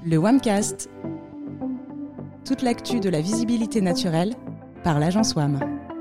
Le WAMcast. Toute l'actu de la visibilité naturelle par l'agence WAM.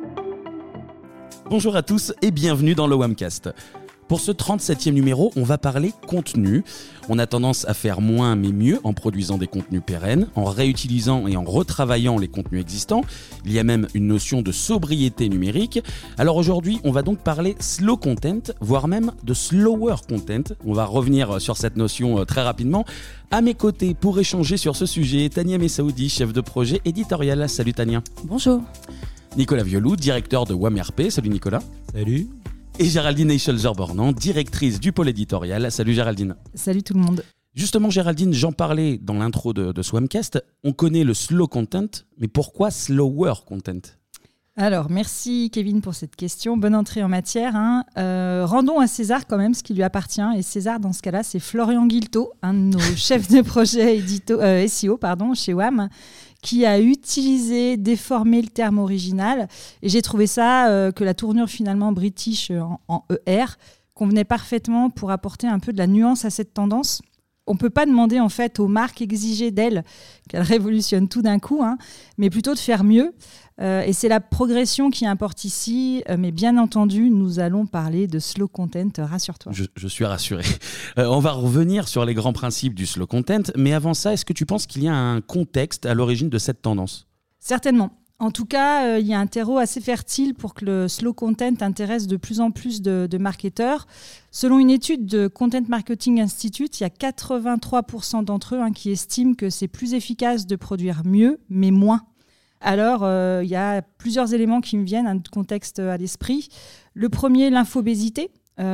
Bonjour à tous et bienvenue dans le WAMcast. Pour ce 37e numéro, on va parler contenu. On a tendance à faire moins mais mieux en produisant des contenus pérennes, en réutilisant et en retravaillant les contenus existants. Il y a même une notion de sobriété numérique. Alors aujourd'hui, on va donc parler slow content, voire même de slower content. On va revenir sur cette notion très rapidement. À mes côtés, pour échanger sur ce sujet, Tania Messaoudi, chef de projet éditorial. Salut Tania. Bonjour. Nicolas Violou, directeur de WAMRP. Salut Nicolas. Salut. Et Géraldine Eichelzer-Bornand, directrice du pôle éditorial. Salut Géraldine. Salut tout le monde. Justement Géraldine, j'en parlais dans l'intro de ce WAMcast. On connaît le slow content, mais pourquoi slower content ? Alors, merci Kevin pour cette question. Bonne entrée en matière. Rendons à César quand même ce qui lui appartient. Et César, dans ce cas-là, c'est Florian Guilto, un de nos chefs de projet SEO chez WAM, qui a utilisé, déformé le terme original. Et j'ai trouvé ça, que la tournure finalement british en ER convenait parfaitement pour apporter un peu de la nuance à cette tendance. On ne peut pas demander en fait aux marques, exiger d'elles qu'elles révolutionnent tout d'un coup, mais plutôt de faire mieux. Et c'est la progression qui importe ici. Mais bien entendu, nous allons parler de slow content, rassure-toi. Je suis rassuré. On va revenir sur les grands principes du slow content. Mais avant ça, est-ce que tu penses qu'il y a un contexte à l'origine de cette tendance ? Certainement. En tout cas, il y a un terreau assez fertile pour que le slow content intéresse de plus en plus de marketeurs. Selon une étude de Content Marketing Institute, il y a 83% d'entre eux qui estiment que c'est plus efficace de produire mieux, mais moins. Alors, il y a plusieurs éléments qui me viennent de contexte à l'esprit. Le premier, l'infobésité.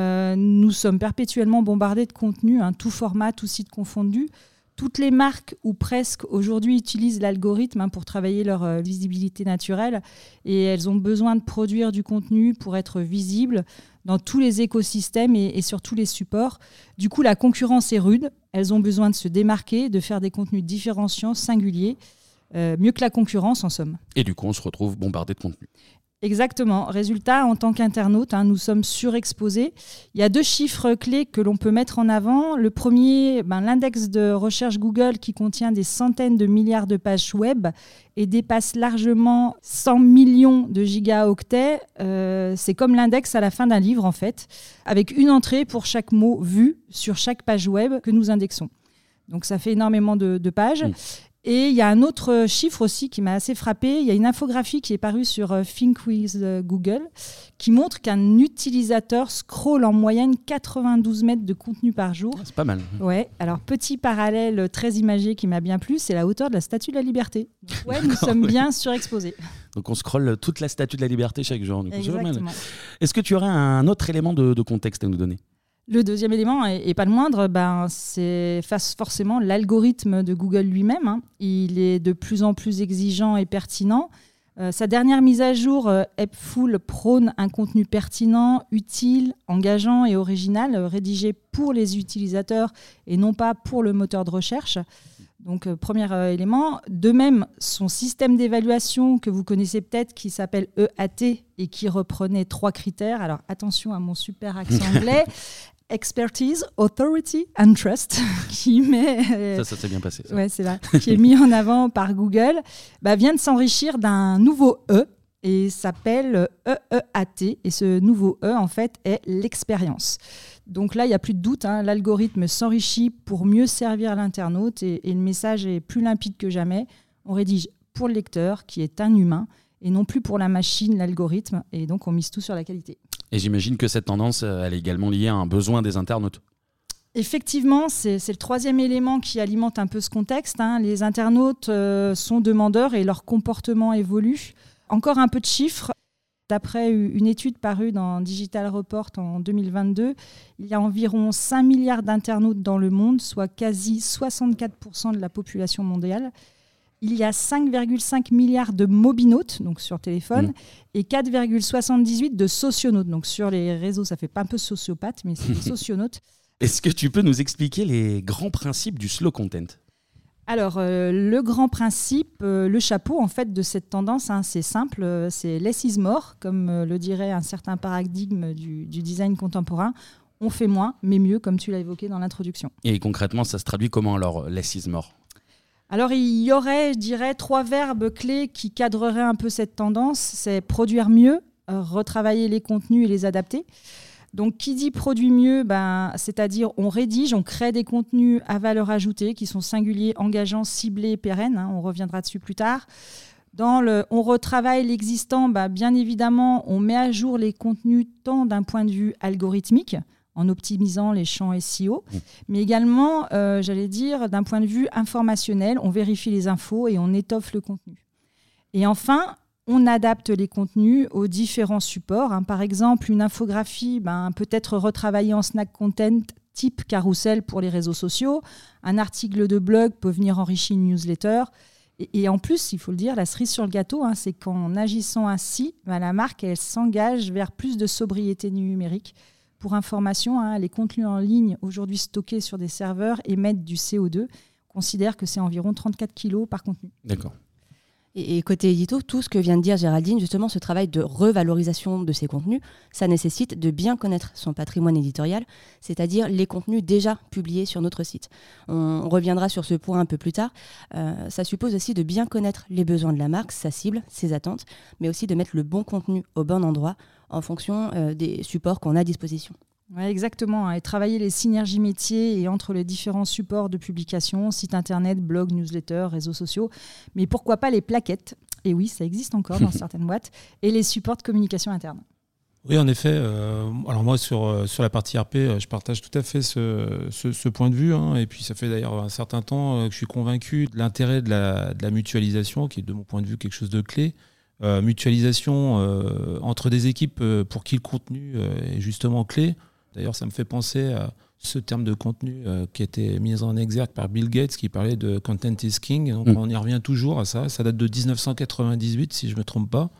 Nous sommes perpétuellement bombardés de contenu, tout format, tout site confondu. Toutes les marques, ou presque, aujourd'hui utilisent l'algorithme pour travailler leur visibilité naturelle et elles ont besoin de produire du contenu pour être visibles dans tous les écosystèmes et sur tous les supports. Du coup, la concurrence est rude. Elles ont besoin de se démarquer, de faire des contenus différenciants, singuliers, mieux que la concurrence en somme. Et du coup, on se retrouve bombardé de contenu. Exactement. Résultat, en tant qu'internaute, nous sommes surexposés. Il y a 2 chiffres clés que l'on peut mettre en avant. Le premier, l'index de recherche Google qui contient des centaines de milliards de pages web et dépasse largement 100 millions de gigaoctets. C'est comme l'index à la fin d'un livre, en fait, avec une entrée pour chaque mot vu sur chaque page web que nous indexons. Donc, ça fait énormément de pages. Et il y a un autre chiffre aussi qui m'a assez frappé. Il y a une infographie qui est parue sur Think with Google qui montre qu'un utilisateur scrolle en moyenne 92 mètres de contenu par jour. C'est pas mal. Ouais. Alors, petit parallèle très imagé qui m'a bien plu, c'est la hauteur de la Statue de la Liberté. Donc, nous sommes bien surexposés. Donc, on scrolle toute la Statue de la Liberté chaque jour. Du coup. Exactement. Est-ce que tu aurais un autre élément de contexte à nous donner ? Le deuxième élément, et pas le moindre, c'est forcément l'algorithme de Google lui-même. Il est de plus en plus exigeant et pertinent. Sa dernière mise à jour, Helpful, prône un contenu pertinent, utile, engageant et original, rédigé pour les utilisateurs et non pas pour le moteur de recherche. Donc, premier élément. De même, son système d'évaluation que vous connaissez peut-être, qui s'appelle EAT et qui reprenait 3 critères. Alors, attention à mon super accent anglais. Expertise, Authority and Trust, qui met... Ça s'est bien passé. Ça. Ouais, c'est là. Qui est mis en avant par Google, vient de s'enrichir d'un nouveau E et s'appelle EEAT. Et ce nouveau E, en fait, est l'expérience. Donc là, il n'y a plus de doute. L'algorithme s'enrichit pour mieux servir l'internaute et le message est plus limpide que jamais. On rédige pour le lecteur, qui est un humain, et non plus pour la machine, l'algorithme. Et donc, on mise tout sur la qualité. Et j'imagine que cette tendance, elle est également liée à un besoin des internautes. Effectivement, c'est le troisième élément qui alimente un peu ce contexte. Les internautes sont demandeurs et leur comportement évolue. Encore un peu de chiffres. D'après une étude parue dans Digital Report en 2022, il y a environ 5 milliards d'internautes dans le monde, soit quasi 64% de la population mondiale. Il y a 5,5 milliards de mobinautes, donc sur téléphone, et 4,78 de socionautes. Donc sur les réseaux, ça fait pas un peu sociopathe, mais c'est des socionautes. Est-ce que tu peux nous expliquer les grands principes du slow content ? Alors, le grand principe, le chapeau en fait de cette tendance, c'est simple, c'est less is more, comme le dirait un certain paradigme du design contemporain. on fait moins, mais mieux, comme tu l'as évoqué dans l'introduction. Et concrètement, ça se traduit comment alors, less is more ? Alors, il y aurait, je dirais, 3 verbes clés qui cadreraient un peu cette tendance. C'est produire mieux, retravailler les contenus et les adapter. Donc, qui dit produit mieux, c'est-à-dire on rédige, on crée des contenus à valeur ajoutée qui sont singuliers, engageants, ciblés, pérennes. On reviendra dessus plus tard. On retravaille l'existant, bien évidemment, on met à jour les contenus tant d'un point de vue algorithmique, en optimisant les champs SEO, mais également, d'un point de vue informationnel, on vérifie les infos et on étoffe le contenu. Et enfin, on adapte les contenus aux différents supports. Par exemple, une infographie peut être retravaillée en snack content type carrousel pour les réseaux sociaux. Un article de blog peut venir enrichir une newsletter. Et en plus, il faut le dire, la cerise sur le gâteau, c'est qu'en agissant ainsi, la marque elle s'engage vers plus de sobriété numérique. Pour information, les contenus en ligne aujourd'hui stockés sur des serveurs émettent du CO2. On considère que c'est environ 34 kg par contenu. D'accord. Et côté édito, tout ce que vient de dire Géraldine, justement, ce travail de revalorisation de ces contenus, ça nécessite de bien connaître son patrimoine éditorial, c'est-à-dire les contenus déjà publiés sur notre site. On reviendra sur ce point un peu plus tard. Ça suppose aussi de bien connaître les besoins de la marque, sa cible, ses attentes, mais aussi de mettre le bon contenu au bon endroit en fonction des supports qu'on a à disposition. Ouais, exactement. Et travailler les synergies métiers et entre les différents supports de publication, sites internet, blogs, newsletters, réseaux sociaux. Mais pourquoi pas les plaquettes ? Et oui, ça existe encore dans certaines boîtes. Et les supports de communication interne. Oui, en effet. Alors moi, sur la partie RP, je partage tout à fait ce point de vue. Et puis, ça fait d'ailleurs un certain temps que je suis convaincu de l'intérêt de la mutualisation, qui est de mon point de vue quelque chose de clé. Mutualisation entre des équipes pour qui le contenu est justement clé. D'ailleurs, ça me fait penser à ce terme de contenu qui a été mis en exergue par Bill Gates, qui parlait de « content is king ». Donc, on y revient toujours à ça. Ça date de 1998, si je ne me trompe pas.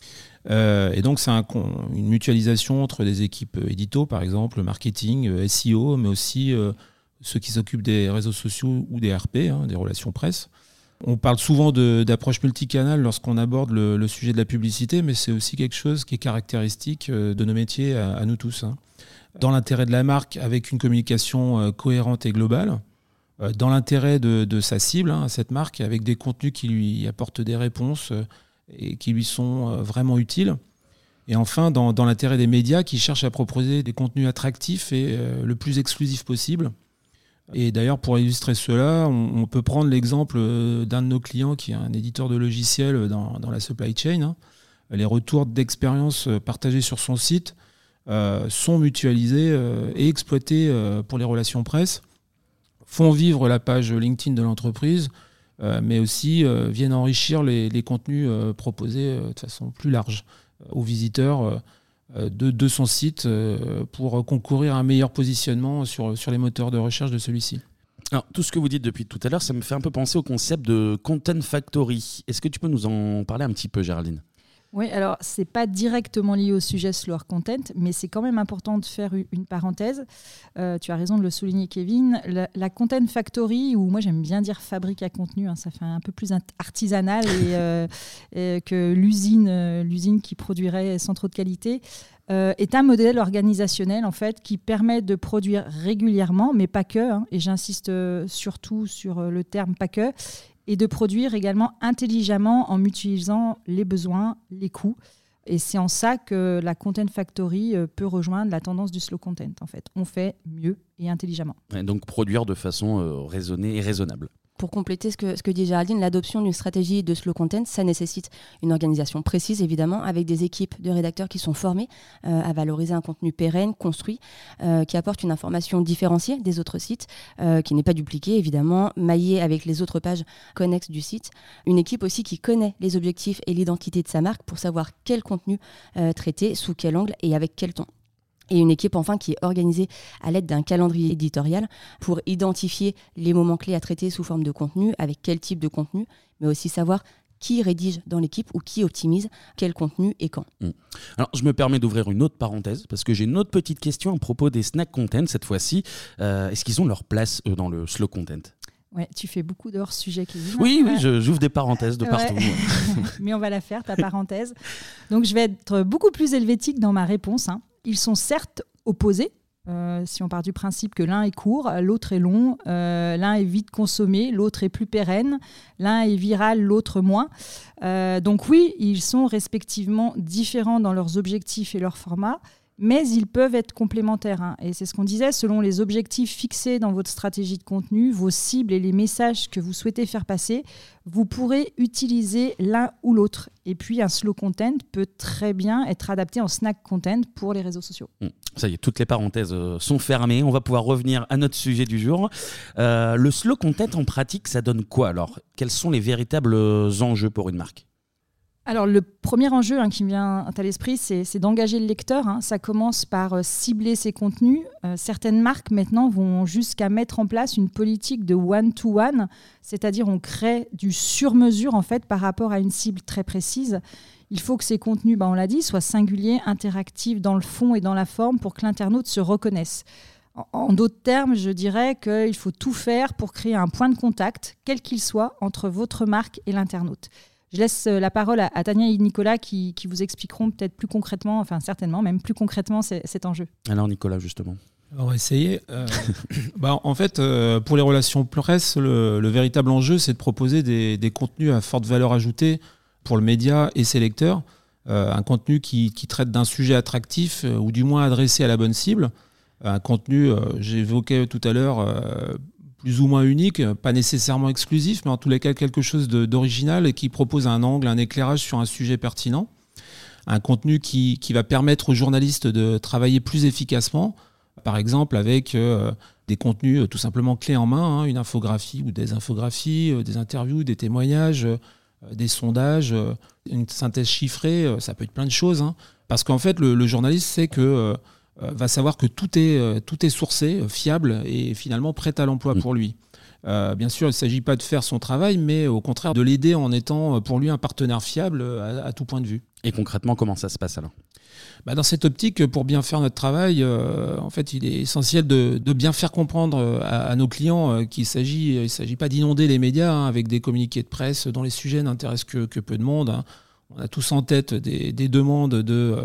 Et donc, c'est une mutualisation entre des équipes édito, par exemple, marketing, SEO, mais aussi ceux qui s'occupent des réseaux sociaux ou des RP, des relations presse. On parle souvent d'approche multicanale lorsqu'on aborde le sujet de la publicité, mais c'est aussi quelque chose qui est caractéristique de nos métiers à nous tous. Dans l'intérêt de la marque, avec une communication cohérente et globale, dans l'intérêt de sa cible, cette marque, avec des contenus qui lui apportent des réponses et qui lui sont vraiment utiles. Et enfin, dans l'intérêt des médias qui cherchent à proposer des contenus attractifs et le plus exclusifs possible. Et d'ailleurs, pour illustrer cela, on peut prendre l'exemple d'un de nos clients qui est un éditeur de logiciels dans la supply chain. Les retours d'expérience partagés sur son site sont mutualisés et exploités pour les relations presse, font vivre la page LinkedIn de l'entreprise, mais aussi viennent enrichir les contenus proposés de façon plus large aux visiteurs de son site pour concourir à un meilleur positionnement sur les moteurs de recherche de celui-ci. Alors, tout ce que vous dites depuis tout à l'heure, ça me fait un peu penser au concept de Content Factory. Est-ce que tu peux nous en parler un petit peu, Géraldine ? Oui, alors c'est pas directement lié au sujet Slower Content, mais c'est quand même important de faire une parenthèse. Tu as raison de le souligner, Kevin. La Content Factory, ou moi j'aime bien dire fabrique à contenu, ça fait un peu plus artisanal et que l'usine qui produirait sans trop de qualité, est un modèle organisationnel en fait qui permet de produire régulièrement, mais pas que, et j'insiste surtout sur le terme pas que, et de produire également intelligemment en mutualisant les besoins, les coûts. Et c'est en ça que la Content Factory peut rejoindre la tendance du slow content. En fait, on fait mieux et intelligemment. Et donc produire de façon raisonnée et raisonnable. Pour compléter ce que dit Géraldine, l'adoption d'une stratégie de slow content, ça nécessite une organisation précise, évidemment, avec des équipes de rédacteurs qui sont formés à valoriser un contenu pérenne, construit, qui apporte une information différenciée des autres sites, qui n'est pas dupliquée, évidemment, maillée avec les autres pages connexes du site. Une équipe aussi qui connaît les objectifs et l'identité de sa marque pour savoir quel contenu traiter, sous quel angle et avec quel ton. Et une équipe enfin qui est organisée à l'aide d'un calendrier éditorial pour identifier les moments clés à traiter sous forme de contenu, avec quel type de contenu, mais aussi savoir qui rédige dans l'équipe ou qui optimise quel contenu et quand. Alors, je me permets d'ouvrir une autre parenthèse parce que j'ai une autre petite question à propos des snack content cette fois-ci. Est-ce qu'ils ont leur place dans le slow content ? Ouais, tu fais beaucoup de hors-sujet, Kevin. Oui, j'ouvre des parenthèses de partout. Ouais. Mais on va la faire, ta parenthèse. Donc, je vais être beaucoup plus helvétique dans ma réponse. Ils sont certes opposés, Si on part du principe que l'un est court, l'autre est long, l'un est vite consommé, l'autre est plus pérenne, l'un est viral, l'autre moins. Donc oui, ils sont respectivement différents dans leurs objectifs et leurs formats, mais ils peuvent être complémentaires. Hein. Et c'est ce qu'on disait, selon les objectifs fixés dans votre stratégie de contenu, vos cibles et les messages que vous souhaitez faire passer, vous pourrez utiliser l'un ou l'autre. Et puis, un slow content peut très bien être adapté en snack content pour les réseaux sociaux. Ça y est, toutes les parenthèses sont fermées. On va pouvoir revenir à notre sujet du jour. Le slow content, en pratique, ça donne quoi alors ? Quels sont les véritables enjeux pour une marque ? Alors, le premier enjeu qui me vient à l'esprit, c'est d'engager le lecteur. Hein. Ça commence par cibler ses contenus. Certaines marques, maintenant, vont jusqu'à mettre en place une politique de one-to-one, c'est-à-dire on crée du sur-mesure en fait, par rapport à une cible très précise. Il faut que ces contenus, on l'a dit, soient singuliers, interactifs dans le fond et dans la forme pour que l'internaute se reconnaisse. En d'autres termes, je dirais qu'il faut tout faire pour créer un point de contact, quel qu'il soit, entre votre marque et l'internaute. Je laisse la parole à Tania et Nicolas qui vous expliqueront peut-être plus concrètement, enfin certainement même plus concrètement cet enjeu. Alors Nicolas, justement. On va essayer. En fait, pour les relations presse, le véritable enjeu, c'est de proposer des contenus à forte valeur ajoutée pour le média et ses lecteurs. Un contenu qui traite d'un sujet attractif ou du moins adressé à la bonne cible. Un contenu, j'évoquais tout à l'heure, plus ou moins unique, pas nécessairement exclusif, mais en tous les cas quelque chose d'original et qui propose un angle, un éclairage sur un sujet pertinent. Un contenu qui va permettre aux journalistes de travailler plus efficacement, par exemple avec des contenus tout simplement clés en main, une infographie ou des infographies, des interviews, des témoignages, des sondages, une synthèse chiffrée, ça peut être plein de choses. Parce qu'en fait, le journaliste sait que va savoir que tout est sourcé, fiable et finalement prêt à l'emploi pour lui. Bien sûr, il ne s'agit pas de faire son travail, mais au contraire de l'aider en étant pour lui un partenaire fiable à tout point de vue. Et concrètement, comment ça se passe alors ? Dans cette optique, pour bien faire notre travail, en fait, il est essentiel de bien faire comprendre à nos clients qu'il ne s'agit pas d'inonder les médias avec des communiqués de presse dont les sujets n'intéressent que peu de monde. On a tous en tête des demandes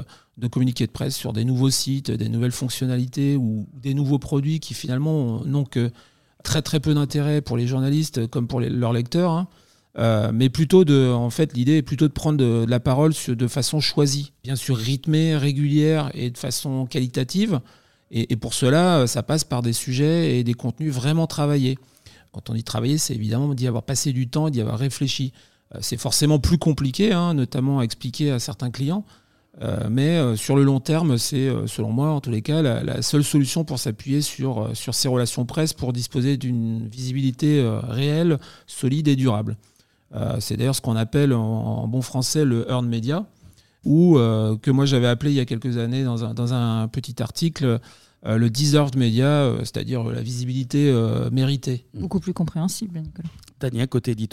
de communiqués de presse sur des nouveaux sites, des nouvelles fonctionnalités ou des nouveaux produits qui finalement n'ont que très très peu d'intérêt pour les journalistes comme pour leurs lecteurs. Mais plutôt l'idée est plutôt de prendre de la parole de façon choisie, bien sûr rythmée, régulière et de façon qualitative. Et pour cela, ça passe par des sujets et des contenus vraiment travaillés. Quand on dit travailler, c'est évidemment d'y avoir passé du temps, d'y avoir réfléchi. C'est forcément plus compliqué, notamment à expliquer à certains clients. Mais sur le long terme, c'est, selon moi, en tous les cas, la seule solution pour s'appuyer sur ces relations presse pour disposer d'une visibilité réelle, solide et durable. C'est d'ailleurs ce qu'on appelle en bon français le earned media, ou que moi j'avais appelé il y a quelques années dans un petit article le deserved media, c'est-à-dire la visibilité méritée. Beaucoup plus compréhensible, Nicolas. Tania, côté édito ?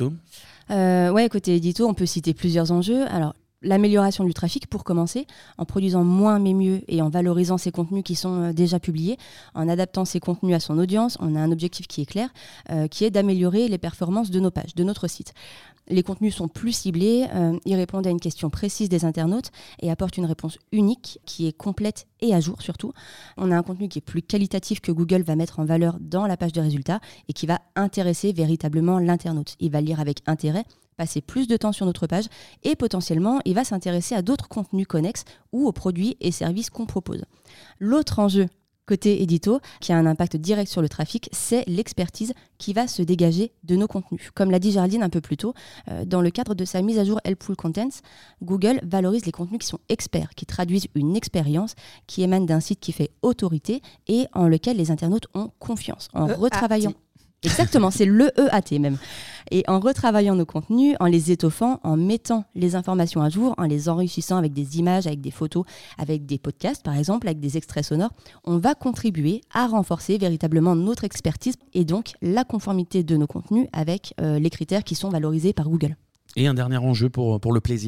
Côté édito, on peut citer plusieurs enjeux. Alors, l'amélioration du trafic, pour commencer, en produisant moins mais mieux et en valorisant ces contenus qui sont déjà publiés, en adaptant ces contenus à son audience, on a un objectif qui est clair, qui est d'améliorer les performances de nos pages, de notre site. Les contenus sont plus ciblés, ils répondent à une question précise des internautes et apportent une réponse unique qui est complète et à jour surtout. On a un contenu qui est plus qualitatif que Google va mettre en valeur dans la page de résultats et qui va intéresser véritablement l'internaute. Il va lire avec intérêt, passer plus de temps sur notre page et potentiellement, il va s'intéresser à d'autres contenus connexes ou aux produits et services qu'on propose. L'autre enjeu côté édito, qui a un impact direct sur le trafic, c'est l'expertise qui va se dégager de nos contenus. Comme l'a dit Géraldine un peu plus tôt, dans le cadre de sa mise à jour Helpful Contents, Google valorise les contenus qui sont experts, qui traduisent une expérience qui émane d'un site qui fait autorité et en lequel les internautes ont confiance. En retravaillant... Exactement, c'est le EAT même. Et en retravaillant nos contenus, en les étoffant, en mettant les informations à jour, en les enrichissant avec des images, avec des photos, avec des podcasts par exemple, avec des extraits sonores, on va contribuer à renforcer véritablement notre expertise et donc la conformité de nos contenus avec les critères qui sont valorisés par Google. Et un dernier enjeu pour le plaisir ?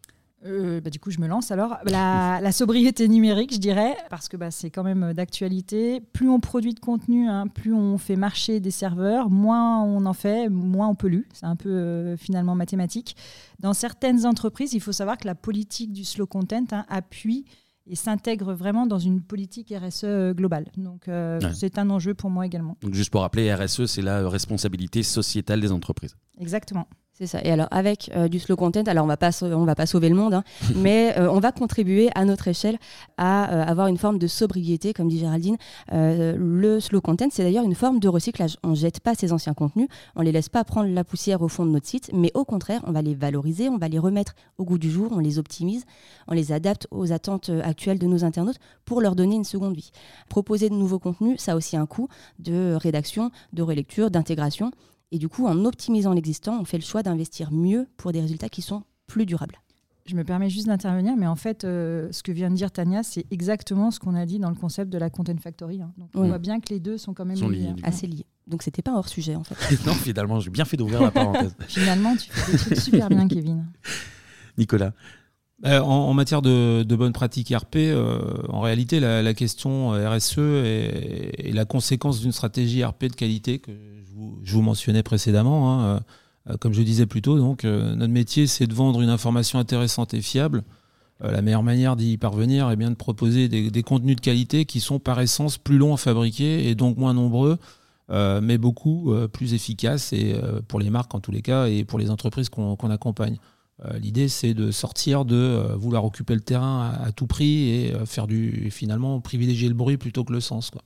Du coup, je me lance alors. La sobriété numérique, je dirais, parce que c'est quand même d'actualité. Plus on produit de contenu, plus on fait marcher des serveurs, moins on en fait, moins on pollue. C'est un peu finalement mathématique. Dans certaines entreprises, il faut savoir que la politique du slow content appuie et s'intègre vraiment dans une politique RSE globale. Donc, c'est un enjeu pour moi également. Donc, juste pour rappeler, RSE, c'est la responsabilité sociétale des entreprises. Exactement. C'est ça. Et alors avec du slow content, alors on va pas sauver le monde, mais on va contribuer à notre échelle à avoir une forme de sobriété, comme dit Géraldine. Le slow content, c'est d'ailleurs une forme de recyclage. On jette pas ces anciens contenus, on les laisse pas prendre la poussière au fond de notre site, mais au contraire, on va les valoriser, on va les remettre au goût du jour, on les optimise, on les adapte aux attentes actuelles de nos internautes pour leur donner une seconde vie. Proposer de nouveaux contenus, ça a aussi un coût de rédaction, de relecture, d'intégration. Et du coup, en optimisant l'existant, on fait le choix d'investir mieux pour des résultats qui sont plus durables. Je me permets juste d'intervenir, mais en fait, ce que vient de dire Tania, c'est exactement ce qu'on a dit dans le concept de la Content Factory. Donc, on voit bien que les deux sont quand même liés. Assez liés. Donc, c'était pas hors sujet, en fait. Non, finalement, j'ai bien fait d'ouvrir la parenthèse. Finalement, tu fais des trucs super bien, Kevin. Nicolas. En matière de bonnes pratiques RP, en réalité, la question RSE est la conséquence d'une stratégie RP de qualité que je vous mentionnais précédemment. Comme je disais plus tôt, donc, notre métier, c'est de vendre une information intéressante et fiable. La meilleure manière d'y parvenir est bien de proposer des contenus de qualité qui sont par essence plus longs à fabriquer et donc moins nombreux, mais beaucoup plus efficaces, et pour les marques en tous les cas et pour les entreprises qu'on accompagne. L'idée, c'est de sortir de vouloir occuper le terrain à tout prix et finalement privilégier le bruit plutôt que le sens, quoi.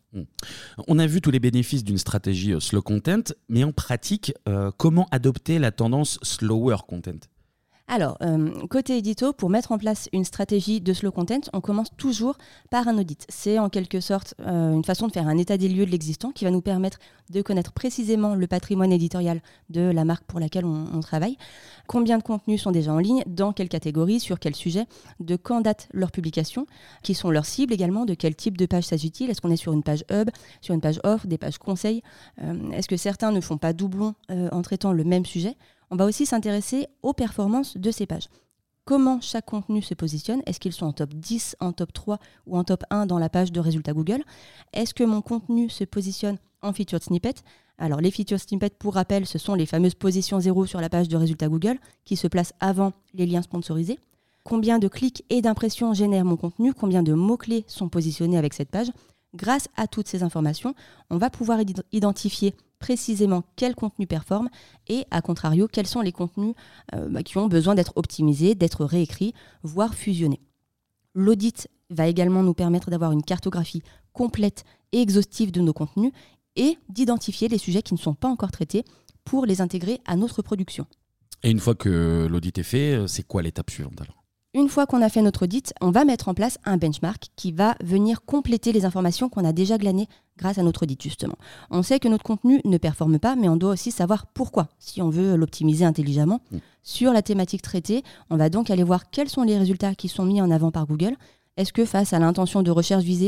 On a vu tous les bénéfices d'une stratégie slow content, mais en pratique, comment adopter la tendance slower content ? Alors, côté édito, pour mettre en place une stratégie de slow content, on commence toujours par un audit. C'est en quelque sorte une façon de faire un état des lieux de l'existant qui va nous permettre de connaître précisément le patrimoine éditorial de la marque pour laquelle on travaille. Combien de contenus sont déjà en ligne, dans quelle catégorie, sur quel sujet, de quand date leur publication, qui sont leurs cibles également, de quel type de page s'agit-il, est-ce qu'on est sur une page hub, sur une page offre, des pages conseils, est-ce que certains ne font pas doublon en traitant le même sujet ? On va aussi s'intéresser aux performances de ces pages. Comment chaque contenu se positionne ? Est-ce qu'ils sont en top 10, en top 3 ou en top 1 dans la page de résultats Google ? Est-ce que mon contenu se positionne en featured snippet ? Alors les featured snippets, pour rappel, ce sont les fameuses positions 0 sur la page de résultats Google qui se placent avant les liens sponsorisés. Combien de clics et d'impressions génère mon contenu ? Combien de mots-clés sont positionnés avec cette page ? Grâce à toutes ces informations, on va pouvoir identifier précisément quel contenu performe et, à contrario, quels sont les contenus qui ont besoin d'être optimisés, d'être réécrits, voire fusionnés. L'audit va également nous permettre d'avoir une cartographie complète et exhaustive de nos contenus et d'identifier les sujets qui ne sont pas encore traités pour les intégrer à notre production. Et une fois que l'audit est fait, c'est quoi l'étape suivante alors ? Une fois qu'on a fait notre audit, on va mettre en place un benchmark qui va venir compléter les informations qu'on a déjà glanées grâce à notre audit, justement. On sait que notre contenu ne performe pas, mais on doit aussi savoir pourquoi, si on veut l'optimiser intelligemment. Sur la thématique traitée, on va donc aller voir quels sont les résultats qui sont mis en avant par Google. Est-ce que face à l'intention de recherche visée,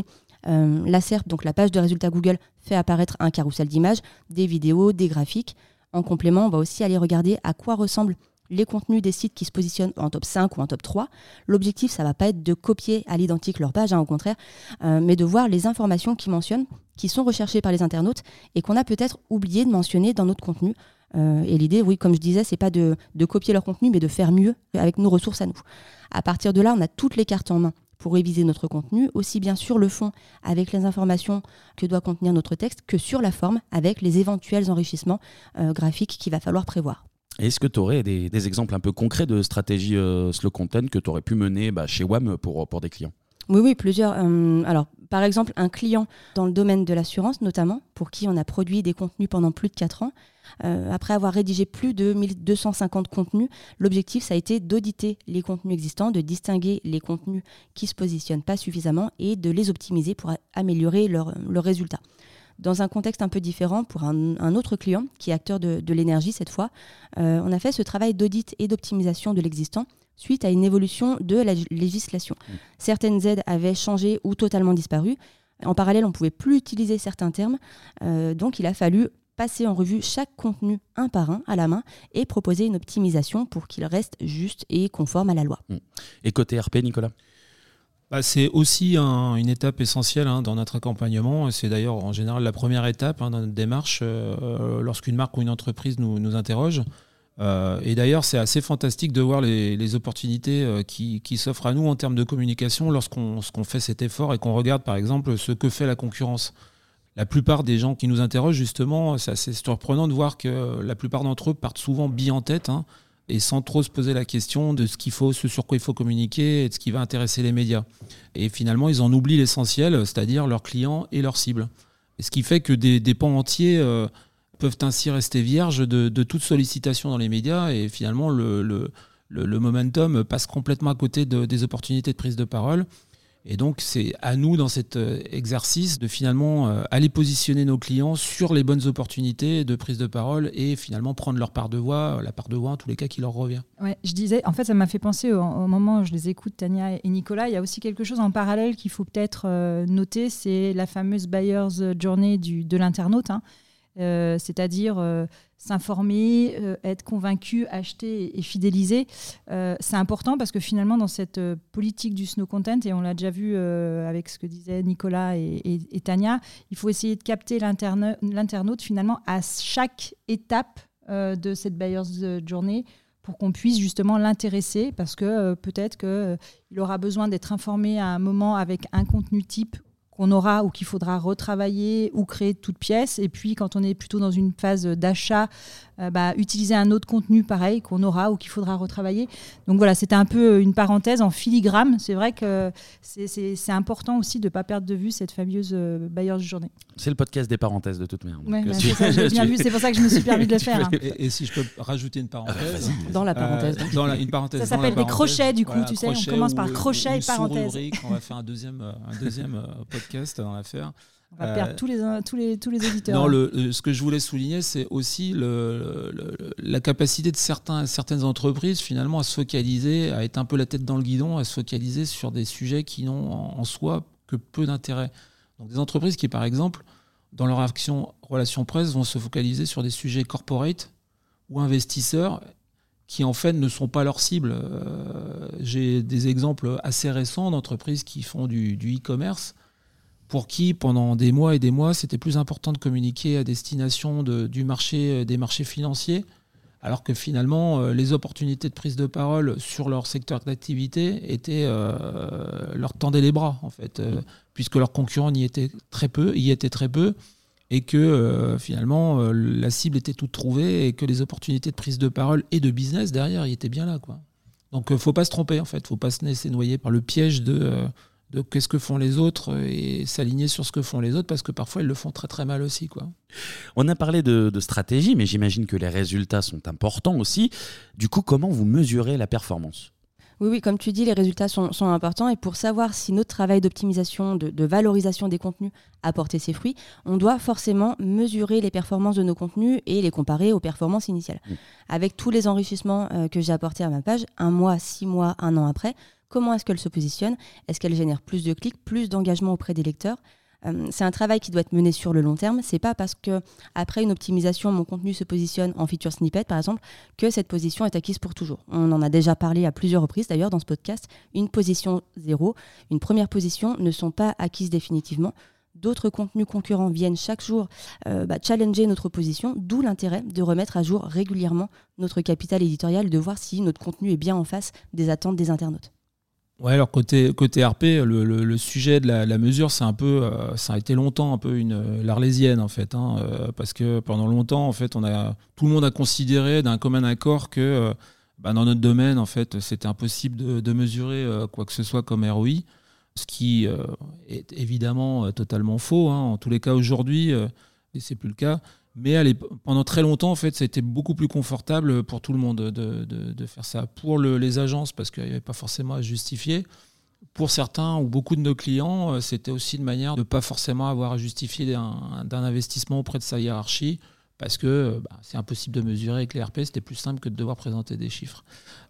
la SERP, donc la page de résultats Google, fait apparaître un carrousel d'images, des vidéos, des graphiques ? En complément, on va aussi aller regarder à quoi ressemblent les contenus des sites qui se positionnent en top 5 ou en top 3. L'objectif, ça ne va pas être de copier à l'identique leur page, au contraire, mais de voir les informations qu'ils mentionnent, qui sont recherchées par les internautes et qu'on a peut-être oublié de mentionner dans notre contenu. Et l'idée, oui, comme je disais, c'est pas de copier leur contenu, mais de faire mieux avec nos ressources à nous. À partir de là, on a toutes les cartes en main pour réviser notre contenu, aussi bien sur le fond avec les informations que doit contenir notre texte, que sur la forme avec les éventuels enrichissements graphiques qu'il va falloir prévoir. Est-ce que tu aurais des exemples un peu concrets de stratégies slow content que tu aurais pu mener chez WAM pour des clients ? Oui, plusieurs. Alors, par exemple, un client dans le domaine de l'assurance, notamment, pour qui on a produit des contenus pendant plus de 4 ans. Après avoir rédigé plus de 1250 contenus, l'objectif, ça a été d'auditer les contenus existants, de distinguer les contenus qui ne se positionnent pas suffisamment et de les optimiser pour améliorer leurs résultats. Dans un contexte un peu différent, pour un autre client, qui est acteur de l'énergie cette fois, on a fait ce travail d'audit et d'optimisation de l'existant suite à une évolution de la législation. Certaines aides avaient changé ou totalement disparu. En parallèle, on ne pouvait plus utiliser certains termes. Donc, il a fallu passer en revue chaque contenu un par un à la main et proposer une optimisation pour qu'il reste juste et conforme à la loi. Et côté RP, Nicolas ? C'est aussi une étape essentielle dans notre accompagnement. C'est d'ailleurs en général la première étape dans notre démarche lorsqu'une marque ou une entreprise nous interroge. Et d'ailleurs, c'est assez fantastique de voir les opportunités qui s'offrent à nous en termes de communication lorsqu'on fait cet effort et qu'on regarde par exemple ce que fait la concurrence. La plupart des gens qui nous interrogent, justement, c'est assez surprenant de voir que la plupart d'entre eux partent souvent billes en tête, et sans trop se poser la question de ce sur quoi il faut communiquer et de ce qui va intéresser les médias. Et finalement, ils en oublient l'essentiel, c'est-à-dire leurs clients et leurs cibles. Et ce qui fait que des pans entiers peuvent ainsi rester vierges de toute sollicitation dans les médias, et finalement, le momentum passe complètement à côté des opportunités de prise de parole. Et donc, c'est à nous, dans cet exercice, de finalement aller positionner nos clients sur les bonnes opportunités de prise de parole et finalement prendre leur part de voix, la part de voix en tous les cas qui leur revient. Ouais, je disais, en fait, ça m'a fait penser au moment où je les écoute, Tania et Nicolas, il y a aussi quelque chose en parallèle qu'il faut peut-être noter, c'est la fameuse buyer's journey de l'internaute. C'est-à-dire s'informer, être convaincu, acheter et fidéliser. C'est important parce que finalement, dans cette politique du snow content, et on l'a déjà vu avec ce que disaient Nicolas et Tania, il faut essayer de capter l'internaute finalement à chaque étape de cette buyer's journey pour qu'on puisse justement l'intéresser, parce que peut-être qu'il aura besoin d'être informé à un moment avec un contenu type qu'on aura ou qu'il faudra retravailler ou créer de toutes pièces. Et puis, quand on est plutôt dans une phase d'achat, utiliser un autre contenu pareil qu'on aura ou qu'il faudra retravailler. Donc voilà, c'était un peu une parenthèse en filigrane. C'est vrai que c'est important aussi de ne pas perdre de vue cette fameuse buyer's journée. C'est le podcast des parenthèses de toute manière. J'ai bien vu, c'est pour ça que je me suis permis de le faire. Et si je peux rajouter une parenthèse. Dans la parenthèse. Une parenthèse. Ça s'appelle des crochets, du coup, voilà, tu sais. On commence par crochet et parenthèse. On va faire un deuxième podcast dans l'affaire. On va perdre tous les auditeurs. Non, ce que je voulais souligner, c'est aussi la capacité de certaines entreprises finalement à se focaliser, à être un peu la tête dans le guidon, à se focaliser sur des sujets qui n'ont en soi que peu d'intérêt. Donc des entreprises qui, par exemple, dans leur action relations presse, vont se focaliser sur des sujets corporate ou investisseurs qui en fait ne sont pas leur cible. J'ai des exemples assez récents d'entreprises qui font du e-commerce, pour qui, pendant des mois et des mois, c'était plus important de communiquer à destination des marchés financiers, alors que finalement, les opportunités de prise de parole sur leur secteur d'activité leur tendaient les bras, en fait, puisque leurs concurrents y étaient très peu, et que finalement, la cible était toute trouvée, et que les opportunités de prise de parole et de business derrière y étaient bien là, quoi. Donc, il ne faut pas se tromper, en fait. Il ne faut pas se laisser noyer par le piège de qu'est-ce que font les autres et s'aligner sur ce que font les autres, parce que parfois ils le font très très mal aussi, quoi. On a parlé de stratégie, mais j'imagine que les résultats sont importants aussi. Du coup, comment vous mesurez la performance ? Oui, comme tu dis, les résultats sont importants, et pour savoir si notre travail d'optimisation, de valorisation des contenus a porté ses fruits, on doit forcément mesurer les performances de nos contenus et les comparer aux performances initiales. Avec tous les enrichissements que j'ai apportés à ma page, 1 mois, 6 mois, 1 an après, comment est-ce qu'elle se positionne ? Est-ce qu'elle génère plus de clics, plus d'engagement auprès des lecteurs ? C'est un travail qui doit être mené sur le long terme. C'est pas parce que après une optimisation, mon contenu se positionne en feature snippet, par exemple, que cette position est acquise pour toujours. On en a déjà parlé à plusieurs reprises, d'ailleurs, dans ce podcast. Une position 0, une première position ne sont pas acquises définitivement. D'autres contenus concurrents viennent chaque jour challenger notre position, d'où l'intérêt de remettre à jour régulièrement notre capital éditorial, de voir si notre contenu est bien en face des attentes des internautes. Ouais, alors côté RP, le sujet de la mesure, c'est un peu, ça a été longtemps un peu l'arlésienne, en fait, parce que pendant longtemps, en fait, tout le monde a considéré d'un commun accord que dans notre domaine, en fait, c'était impossible de mesurer quoi que ce soit comme ROI, ce qui est évidemment totalement faux. En tous les cas, aujourd'hui, et c'est plus le cas. Mais pendant très longtemps, en fait, ça a été beaucoup plus confortable pour tout le monde de faire ça. Pour les agences, parce qu'il n'y avait pas forcément à justifier. Pour certains ou beaucoup de nos clients, c'était aussi une manière de ne pas forcément avoir à justifier d'un investissement auprès de sa hiérarchie, parce que c'est impossible de mesurer avec les RP. C'était plus simple que de devoir présenter des chiffres.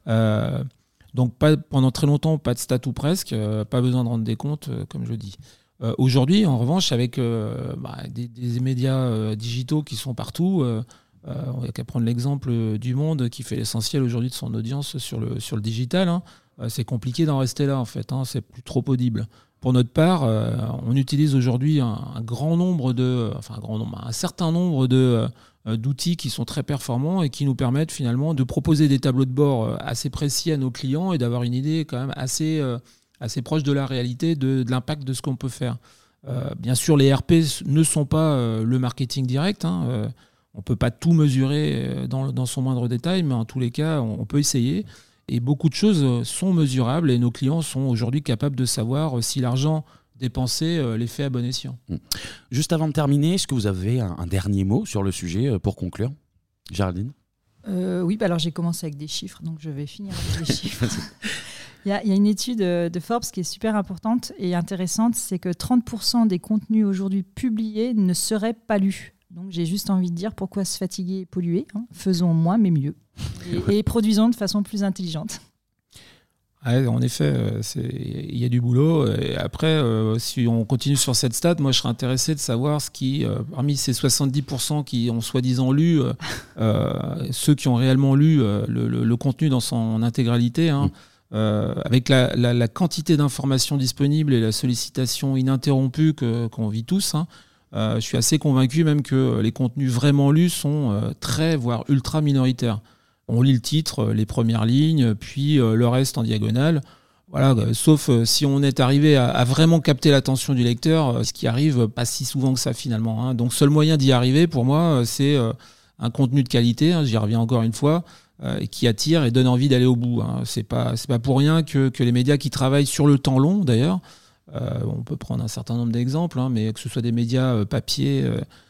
Donc pendant très longtemps, pas de stats ou presque, pas besoin de rendre des comptes, comme je dis. Aujourd'hui, en revanche, avec des médias digitaux qui sont partout, on n'a qu'à prendre l'exemple du Monde qui fait l'essentiel aujourd'hui de son audience sur le digital. C'est compliqué d'en rester là, en fait. C'est plus trop audible. Pour notre part, on utilise aujourd'hui un certain nombre de d'outils qui sont très performants et qui nous permettent finalement de proposer des tableaux de bord assez précis à nos clients et d'avoir une idée quand même assez proche de la réalité de l'impact de ce qu'on peut faire. Bien sûr, les RP ne sont pas le marketing direct. On ne peut pas tout mesurer dans son moindre détail, mais en tous les cas, on peut essayer. Et beaucoup de choses sont mesurables et nos clients sont aujourd'hui capables de savoir si l'argent dépensé les fait à bon escient. Juste avant de terminer, est-ce que vous avez un dernier mot sur le sujet pour conclure ? Géraldine ? Oui, alors j'ai commencé avec des chiffres, donc je vais finir avec des chiffres. Il y a une étude de Forbes qui est super importante et intéressante, c'est que 30% des contenus aujourd'hui publiés ne seraient pas lus. Donc j'ai juste envie de dire pourquoi se fatiguer et polluer, faisons moins mais mieux et produisons de façon plus intelligente. Ouais, en effet, il y a du boulot. Et après, si on continue sur cette stat, moi je serais intéressé de savoir ce qui, parmi ces 70% qui ont soi-disant lu, ceux qui ont réellement lu le contenu dans son intégralité, avec la quantité d'informations disponibles et la sollicitation ininterrompue qu'on vit tous, je suis assez convaincu même que les contenus vraiment lus sont très, voire ultra minoritaires. On lit le titre, les premières lignes, puis le reste en diagonale. Voilà, sauf si on est arrivé à vraiment capter l'attention du lecteur, ce qui arrive pas si souvent que ça finalement. Donc seul moyen d'y arriver pour moi, c'est un contenu de qualité, j'y reviens encore une fois, qui attire et donne envie d'aller au bout. C'est pas pour rien que les médias qui travaillent sur le temps long d'ailleurs, on peut prendre un certain nombre d'exemples, mais que ce soit des médias papier,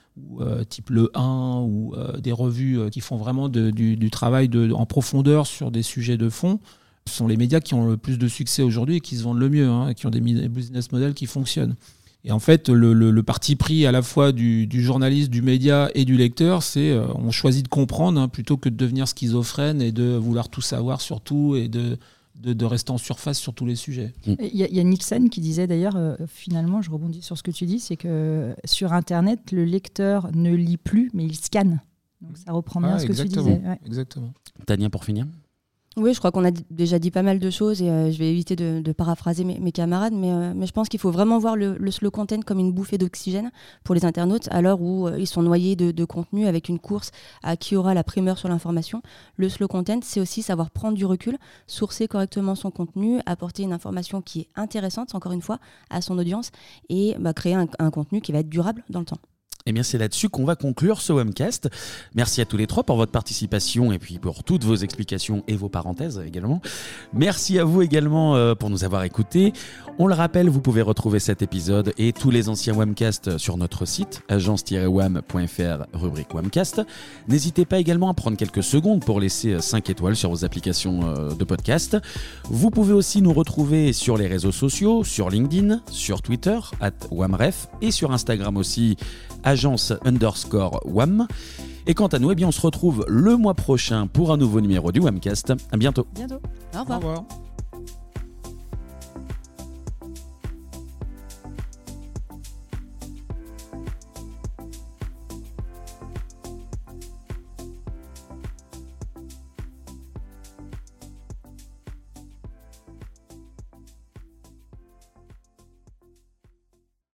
type Le 1 ou des revues qui font vraiment du travail en profondeur sur des sujets de fond, ce sont les médias qui ont le plus de succès aujourd'hui et qui se vendent le mieux, et qui ont des business models qui fonctionnent. Et en fait, le parti pris à la fois du journaliste, du média et du lecteur, c'est on choisit de comprendre plutôt que de devenir schizophrène et de vouloir tout savoir sur tout et de rester en surface sur tous les sujets. Il y a Nielsen qui disait d'ailleurs, finalement, je rebondis sur ce que tu dis, c'est que sur Internet, le lecteur ne lit plus, mais il scanne. Donc ça reprend bien ce que tu disais. Ouais. Exactement. Tania, pour finir ? Oui, je crois qu'on a déjà dit pas mal de choses et je vais éviter de paraphraser mes camarades, mais je pense qu'il faut vraiment voir le slow content comme une bouffée d'oxygène pour les internautes à l'heure où ils sont noyés de contenu avec une course à qui aura la primeur sur l'information. Le slow content, c'est aussi savoir prendre du recul, sourcer correctement son contenu, apporter une information qui est intéressante, encore une fois, à son audience et créer un contenu qui va être durable dans le temps. Eh bien, c'est là-dessus qu'on va conclure ce WAMcast. Merci à tous les trois pour votre participation et puis pour toutes vos explications et vos parenthèses également. Merci à vous également pour nous avoir écoutés. On le rappelle, vous pouvez retrouver cet épisode et tous les anciens WAMcast sur notre site agence-wam.fr, rubrique WAMcast. N'hésitez pas également à prendre quelques secondes pour laisser 5 étoiles sur vos applications de podcast. Vous pouvez aussi nous retrouver sur les réseaux sociaux, sur LinkedIn, sur Twitter, @wamref et sur Instagram aussi, agence_WAM. Et quant à nous, on se retrouve le mois prochain pour un nouveau numéro du WAMcast. À bientôt. Au revoir. Au revoir.